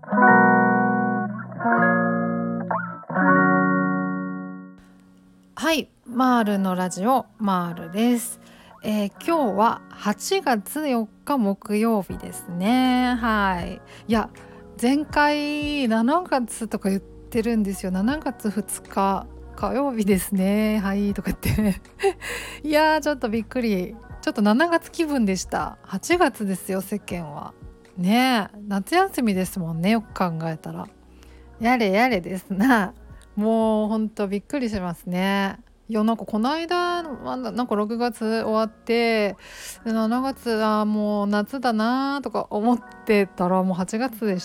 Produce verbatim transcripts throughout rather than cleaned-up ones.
はい、マールのラジオマールです。えー今日ははちがつよっか木曜日ですね。はい。いや、前回しちがつとか言ってるんですよ。しちがつふつか火曜日ですね。はいとか言っていやーちょっとびっくり。ちょっとしちがつ気分でした。はちがつですよ、世間は。ねえ、夏休みですもんね、よく考えたら。やれやれですな。もうほんとびっくりしますね。いやなんかこの間はななんかろくがつ終わってでしちがつあーもう夏だなとか思ってたらもうはちがつでした。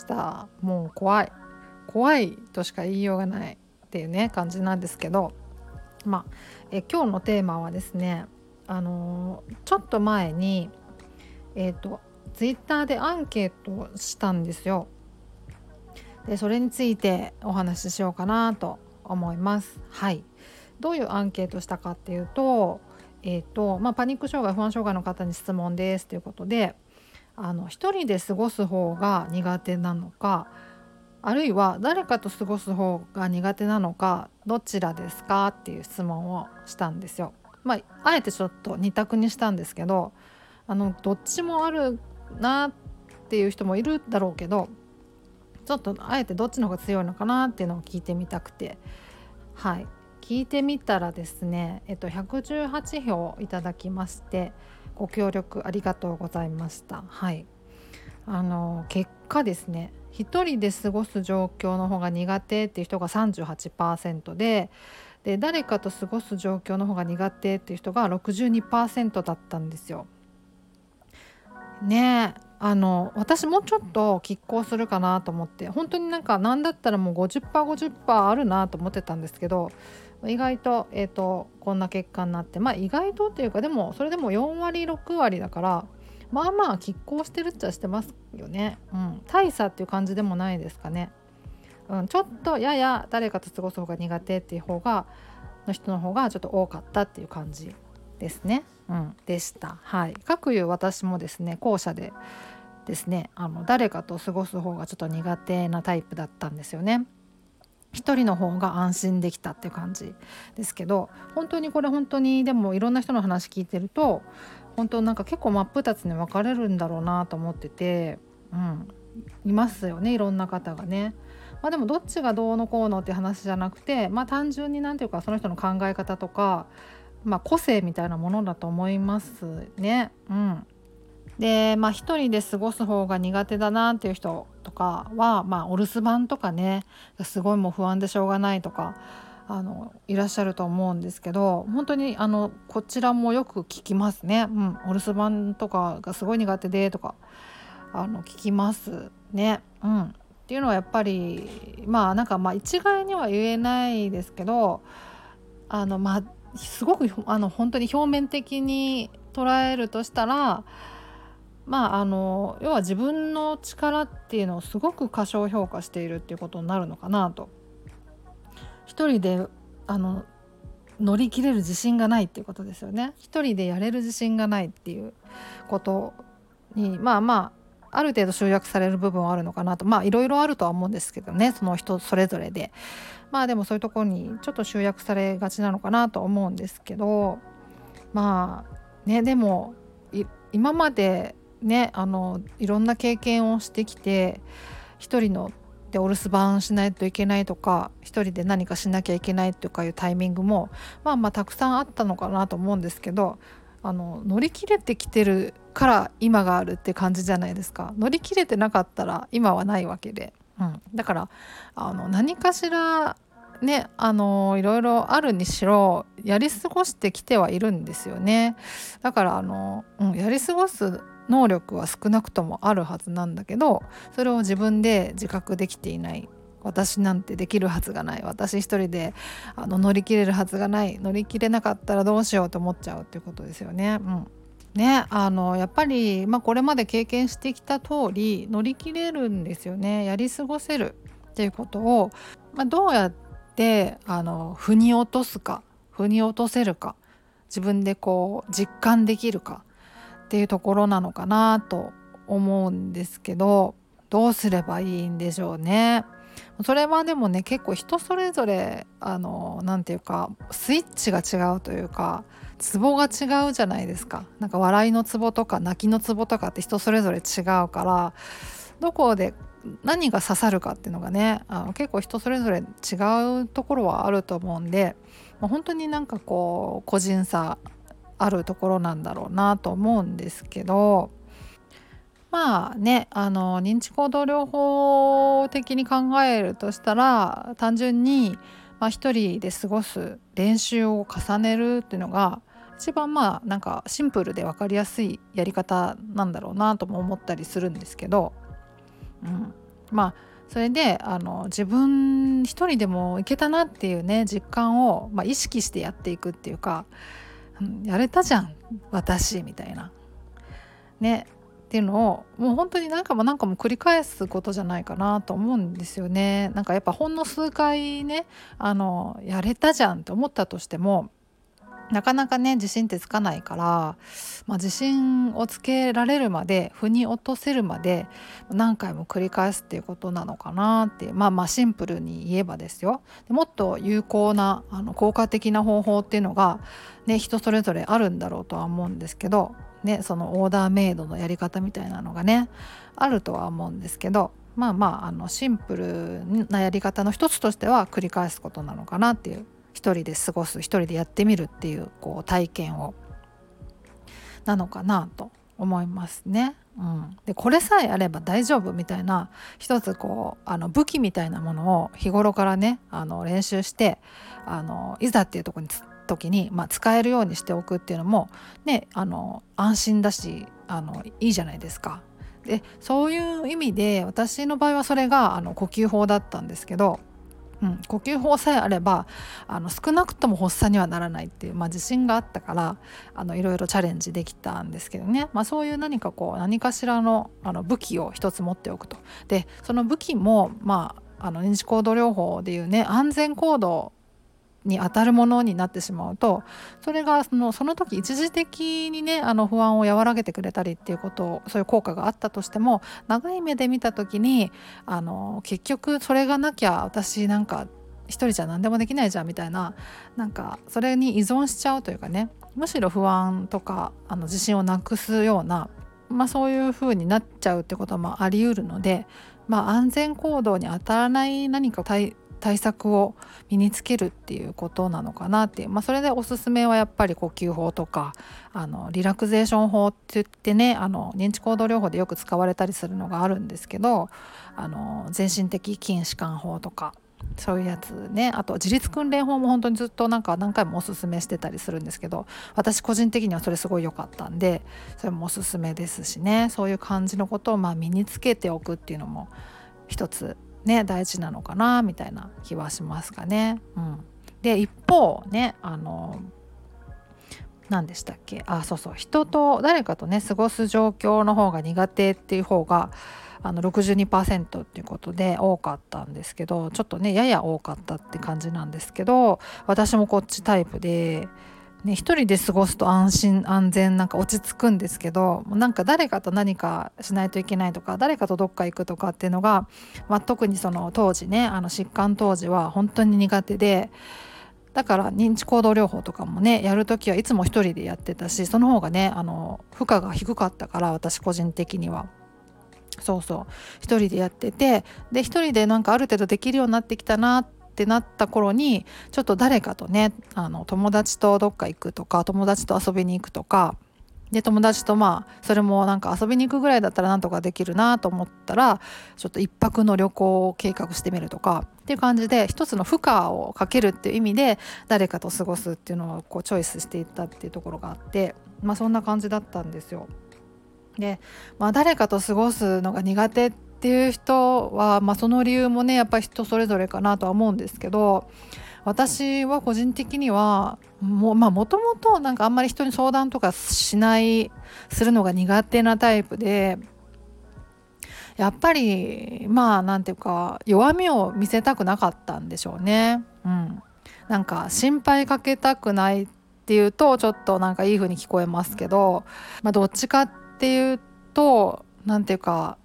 もう怖い怖いとしか言いようがないっていうね感じなんですけど、まあえ今日のテーマはですね、あのーちょっと前にえっ、とツイッターでアンケートをしたんですよ。でそれについてお話ししようかなと思います。はい。どういうアンケートしたかっていうと、えっ、とまあパニック障害不安障害の方に質問ですということで、あの一人で過ごす方が苦手なのか、あるいは誰かと過ごす方が苦手なのか、どちらですかっていう質問をしたんですよ。まああえてちょっと二択にしたんですけど、あのどっちもあるなっていう人もいるだろうけど、ちょっとあえてどっちの方が強いのかなっていうのを聞いてみたくて、はい聞いてみたらですね、えっとひゃくじゅうはちひょういただきまして、ご協力ありがとうございました。はい。あの結果ですね、一人で過ごす状況の方が苦手っていう人がさんじゅうはちパーセントで、で誰かと過ごす状況の方が苦手っていう人がろくじゅうにパーセントだったんですよ。ねえ、あの私もうちょっと拮抗するかなと思って、本当になんかなんだったらもう ごじゅっパーセントごじゅっパーセント あるなと思ってたんですけど、意外と,、えー、とこんな結果になって、まあ意外とっていうか、でもそれでもよんわりろくわりだから、まあまあ拮抗してるっちゃしてますよね。うん、大差っていう感じでもないですかね。うん、ちょっとやや誰かと過ごす方が苦手っていう方がの人の方がちょっと多かったっていう感じですね。うん、でした。はい。かくいう私もですね、後者でですね、あの誰かと過ごす方がちょっと苦手なタイプだったんですよね。一人の方が安心できたっていう感じですけど、本当にこれ本当にでもいろんな人の話聞いてると、本当なんか結構真っ二つに分かれるんだろうなと思ってて、うん、いますよね、いろんな方がね。まあでもどっちがどうのこうのって話じゃなくて、まあ単純になんていうかその人の考え方とか、まあ個性みたいなものだと思いますね。うん。で、まあ一人で過ごす方が苦手だなっていう人とかは、まあお留守番とかね、すごいもう不安でしょうがないとか、あのいらっしゃると思うんですけど、本当にあのこちらもよく聞きますね。うん、お留守番とかがすごい苦手でとか、あの聞きますね。うん。っていうのはやっぱりまあなんかまあ一概には言えないですけど、あのまあすごくあの本当に表面的に捉えるとしたら、まああの要は自分の力っていうのをすごく過小評価しているっていうことになるのかなと。一人であの乗り切れる自信がないっていうことですよね。一人でやれる自信がないっていうことにまあまあある程度集約される部分はあるのかなと。まあいろいろあるとは思うんですけどね、その人それぞれで。まあでもそういうところにちょっと集約されがちなのかなと思うんですけど、まあね、でもい今までね、あのいろんな経験をしてきて、一人のでお留守番しないといけないとか、一人で何かしなきゃいけないとかいうタイミングもまあまあたくさんあったのかなと思うんですけど、あの乗り切れてきてるから今があるって感じじゃないですか。乗り切れてなかったら今はないわけで、うん、だからあの何かしらね、あのいろいろあるにしろやり過ごしてきてはいるんですよね。だからあの、うん、やり過ごす能力は少なくともあるはずなんだけど、それを自分で自覚できていない。私なんてできるはずがない、私一人であの乗り切れるはずがない、乗り切れなかったらどうしようと思っちゃうっていうことですよね。うんね、あのやっぱり、まあ、これまで経験してきた通り乗り切れるんですよね。やり過ごせるっていうことを、まあ、どうやってあの腑に落とすか、腑に落とせるか、自分でこう実感できるかっていうところなのかなと思うんですけど、 どうすればいいんでしょうね。それはでもね結構人それぞれあのなんていうかスイッチが違うというかツボが違うじゃないですか。なんか笑いのツボとか泣きのツボとかって人それぞれ違うから、どこで何が刺さるかっていうのがねあの結構人それぞれ違うところはあると思うんで、まあ、本当になんかこう個人差あるところなんだろうなと思うんですけど、まあねあの認知行動療法的に考えるとしたら単純に、まあ、一人で過ごす練習を重ねるっていうのが一番まあなんかシンプルで分かりやすいやり方なんだろうなとも思ったりするんですけど、うん、まあそれであの自分一人でもいけたなっていうね実感を、まあ、意識してやっていくっていうか、うん、やれたじゃん私みたいなねっていうのをもう本当に何回も何回も繰り返すことじゃないかなと思うんですよね。なんかやっぱほんの数回ねあのやれたじゃんって思ったとしてもなかなかね自信ってつかないから、まあ、自信をつけられるまで腑に落とせるまで何回も繰り返すっていうことなのかなっていう、まあまあシンプルに言えばですよ。でもっと有効なあの効果的な方法っていうのが、ね、人それぞれあるんだろうとは思うんですけど、ね、そのオーダーメイドのやり方みたいなのがねあるとは思うんですけど、まあまああのシンプルなやり方の一つとしては繰り返すことなのかなっていう、一人で過ごす一人でやってみるっていう、こう体験をなのかなと思いますね。うん、でこれさえあれば大丈夫みたいな一つこうあの武器みたいなものを日頃からねあの練習してあのいざっていうところに時に、まあ、使えるようにしておくっていうのも、ね、あの安心だしあのいいじゃないですか。でそういう意味で私の場合はそれがあの呼吸法だったんですけど、うん、呼吸法さえあればあの少なくとも発作にはならないっていう、まあ、自信があったからあのいろいろチャレンジできたんですけどね、まあ、そういう何かこう何かしらの、あの武器を一つ持っておくと。でその武器も、まあ、あの認知行動療法でいうね安全行動に当たるものになってしまうと、それがそのその時一時的にねあの不安を和らげてくれたりっていうことそういう効果があったとしても、長い目で見た時にあの結局それがなきゃ私なんか一人じゃ何でもできないじゃんみたいな、なんかそれに依存しちゃうというかね、むしろ不安とかあの自信をなくすような、まあ、そういう風になっちゃうってこともあり得るので、まあ、安全行動に当たらない何か対対策を身につけるっていうことなのかなっていう、まあ、それでおすすめはやっぱり呼吸法とかあのリラクゼーション法って言ってねあの認知行動療法でよく使われたりするのがあるんですけど、あの全身的筋弛緩法とかそういうやつね、あと自律訓練法も本当にずっとなんか何回もおすすめしてたりするんですけど、私個人的にはそれすごい良かったんでそれもおすすめですしね、そういう感じのことをまあ身につけておくっていうのも一つね大事なのかなみたいな気はしますかね。うん、で一方ねあの何でしたっけ、あそうそう人と誰かとね過ごす状況の方が苦手っていう方があの ろくじゅうにパーセント っていうことで多かったんですけど、ちょっとねやや多かったって感じなんですけど、私もこっちタイプでね、一人で過ごすと安心安全なんか落ち着くんですけど、なんか誰かと何かしないといけないとか誰かとどっか行くとかっていうのが、まあ、特にその当時ねあの疾患当時は本当に苦手で、だから認知行動療法とかもねやるときはいつも一人でやってたし、その方がねあの負荷が低かったから私個人的には。そうそう一人でやってて、で一人でなんかある程度できるようになってきたなってなった頃にちょっと誰かとねあの友達とどっか行くとか友達と遊びに行くとかで、友達とまあそれもなんか遊びに行くぐらいだったらなんとかできるなと思ったらちょっと一泊の旅行を計画してみるとかっていう感じで、一つの負荷をかけるっていう意味で誰かと過ごすっていうのをこうチョイスしていったっていうところがあって、まあそんな感じだったんですよ。で、まあ、誰かと過ごすのが苦手っていう人は、まあ、その理由もねやっぱり人それぞれかなとは思うんですけど、私は個人的にはもうまあもともとなんかあんまり人に相談とかしないするのが苦手なタイプで、やっぱりまあなんていうか弱みを見せたくなかったんでしょうね。うん、なんか心配かけたくないっていうとちょっとなんかいい風に聞こえますけど、まあ、どっちかっていうとなんていうか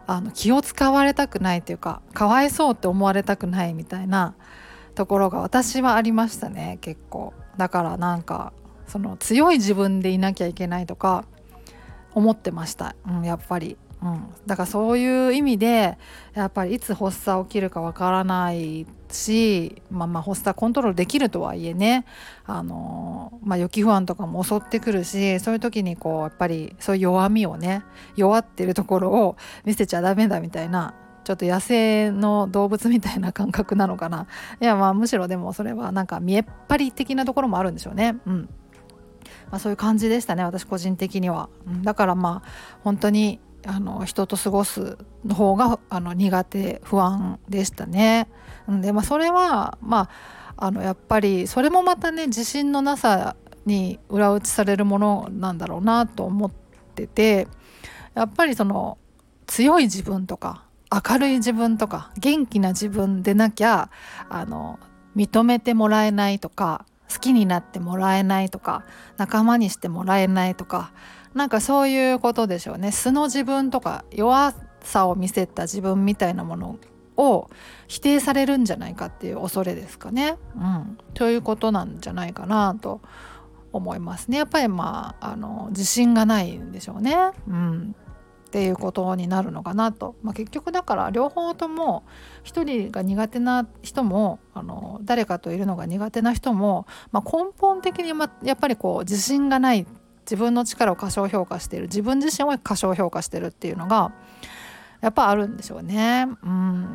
あの気を使われたくないというか、かわいそうって思われたくないみたいなところが私はありましたね、結構。だからなんかその強い自分でいなきゃいけないとか思ってました、うん、やっぱり、うん、だからそういう意味でやっぱりいつ発作起きるかわからないし、まあまあ発作コントロールできるとはいえね、あのまあ予期不安とかも襲ってくるし、そういう時にこうやっぱりそういう弱みをね、弱ってるところを見せちゃダメだみたいな、ちょっと野生の動物みたいな感覚なのかな。いやまあむしろでもそれはなんか見えっ張り的なところもあるんでしょうね。うん、まあ、そういう感じでしたね、私個人的には。うん、だからまあ本当にあの人と過ごすの方があの苦手不安でしたね。で、まあ、それはまああのやっぱりそれもまたね自信のなさに裏打ちされるものなんだろうなと思ってて、やっぱりその強い自分とか明るい自分とか元気な自分でなきゃあの認めてもらえないとか、好きになってもらえないとか、仲間にしてもらえないとか、なんかそういうことでしょうね。素の自分とか弱さを見せた自分みたいなものを否定されるんじゃないかっていう恐れですかね。うん、ということなんじゃないかなと思いますね。やっぱりまああの自信がないんでしょうね。うん、っていうことになるのかなと、まあ、結局だから両方とも一人が苦手な人もあの誰かといるのが苦手な人も、まあ、根本的にまやっぱりこう自信がない、自分の力を過小評価している、自分自身を過小評価してるっていうのがやっぱあるんでしょうね。うん、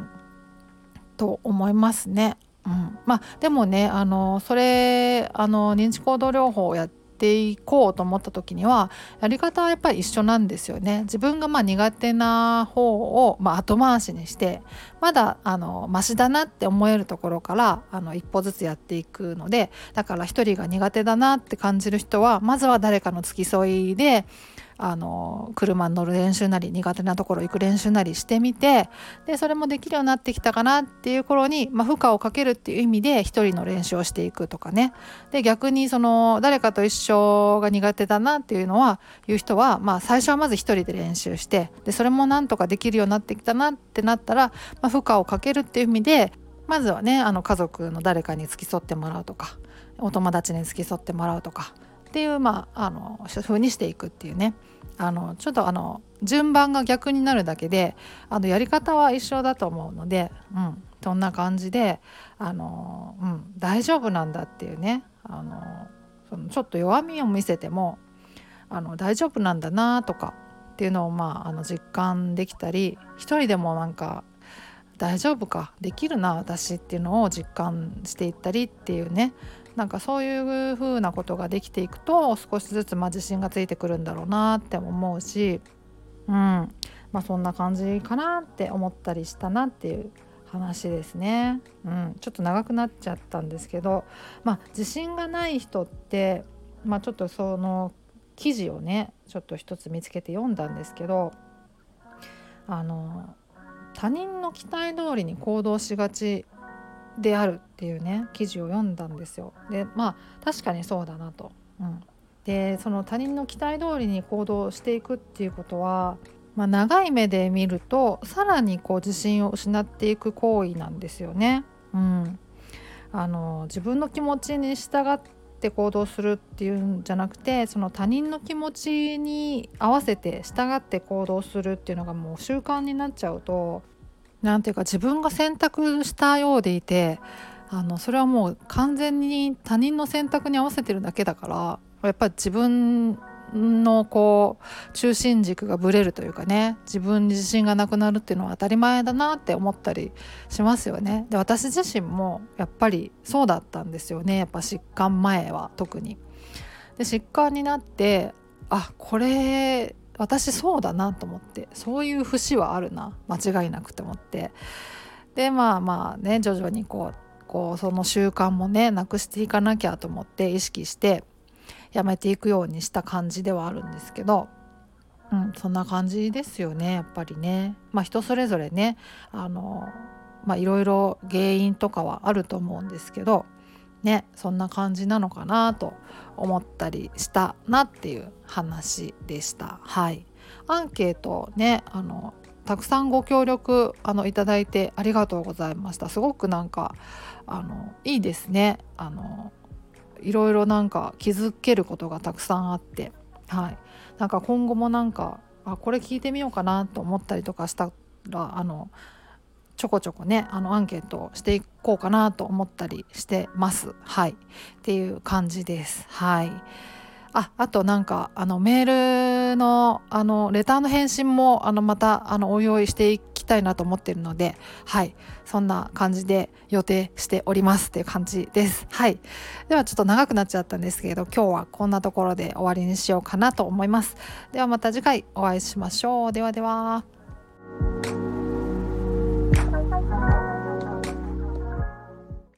と思いますね。うん、まあでもね、あのそれあの認知行動療法をやっていこうと思った時にはやり方はやっぱり一緒なんですよね。自分がまあ苦手な方を、まあ、後回しにしてまだあのマシだなって思えるところからあの一歩ずつやっていくので、だから一人が苦手だなって感じる人はまずは誰かの付き添いであの車に乗る練習なり苦手なところ行く練習なりしてみて、でそれもできるようになってきたかなっていう頃に、まあ、負荷をかけるっていう意味で一人の練習をしていくとかね。で逆にその誰かと一緒が苦手だなっていうのはいう人は、まあ、最初はまず一人で練習して、でそれもなんとかできるようになってきたなってなったら、まあ、負荷をかけるっていう意味でまずはねあの家族の誰かに付き添ってもらうとかお友達に付き添ってもらうとかっていう、まあ、あの風にしていくっていうね、あのちょっとあの順番が逆になるだけであのやり方は一緒だと思うので、うん、そんな感じであの、うん、大丈夫なんだっていうね、あのそのちょっと弱みを見せてもあの大丈夫なんだなとかっていうのを、まあ、あの実感できたり、一人でもなんか大丈夫かできるな私っていうのを実感していったりっていうね、なんかそういう風なことができていくと少しずつまあ自信がついてくるんだろうなって思うし、うん、まあそんな感じかなって思ったりしたなっていう話ですね。うん、ちょっと長くなっちゃったんですけど、まあ自信がない人って、まあちょっとその記事をねちょっと一つ見つけて読んだんですけど、あの他人の期待通りに行動しがちであるっていうね記事を読んだんですよ。でまあ確かにそうだなと。うん、でその他人の期待通りに行動していくっていうことは、まあ、長い目で見るとさらにこう自信を失っていく行為なんですよね。うん、あの自分の気持ちに従って行動するっていうんじゃなくて、その他人の気持ちに合わせて従って行動するっていうのがもう習慣になっちゃうと、なんていうか自分が選択したようでいて、あのそれはもう完全に他人の選択に合わせてるだけだから、やっぱり自分のこう中心軸がぶれるというかね、自分に自信がなくなるっていうのは当たり前だなって思ったりしますよね。で私自身もやっぱりそうだったんですよね。やっぱ疾患前は特に。で疾患になってあこれ私そうだなと思って、そういう節はあるな間違いなくと思って、でまあまあね徐々にこうこうその習慣もねなくしていかなきゃと思って意識してやめていくようにした感じではあるんですけど、うん、そんな感じですよねやっぱりね。まあ人それぞれねあのまあいろいろ原因とかはあると思うんですけどね、そんな感じなのかなと思ったりしたなっていう話でした。はい、アンケートねあのたくさんご協力あのいただいてありがとうございました。すごくなんかあのいいですね。あのいろいろなんか気づけることがたくさんあって、はい、なんか今後もなんかあこれ聞いてみようかなと思ったりとかしたらあのちょこちょこねあのアンケートをしていこうかなと思ったりしてます。はい、っていう感じです。はい。あ、あとなんかあのメールのあのレターの返信もあのまたあのお用意していきたいなと思っているので、はい、そんな感じで予定しておりますっていう感じです。はい。ではちょっと長くなっちゃったんですけれど、今日はこんなところで終わりにしようかなと思います。ではまた次回お会いしましょう。ではでは。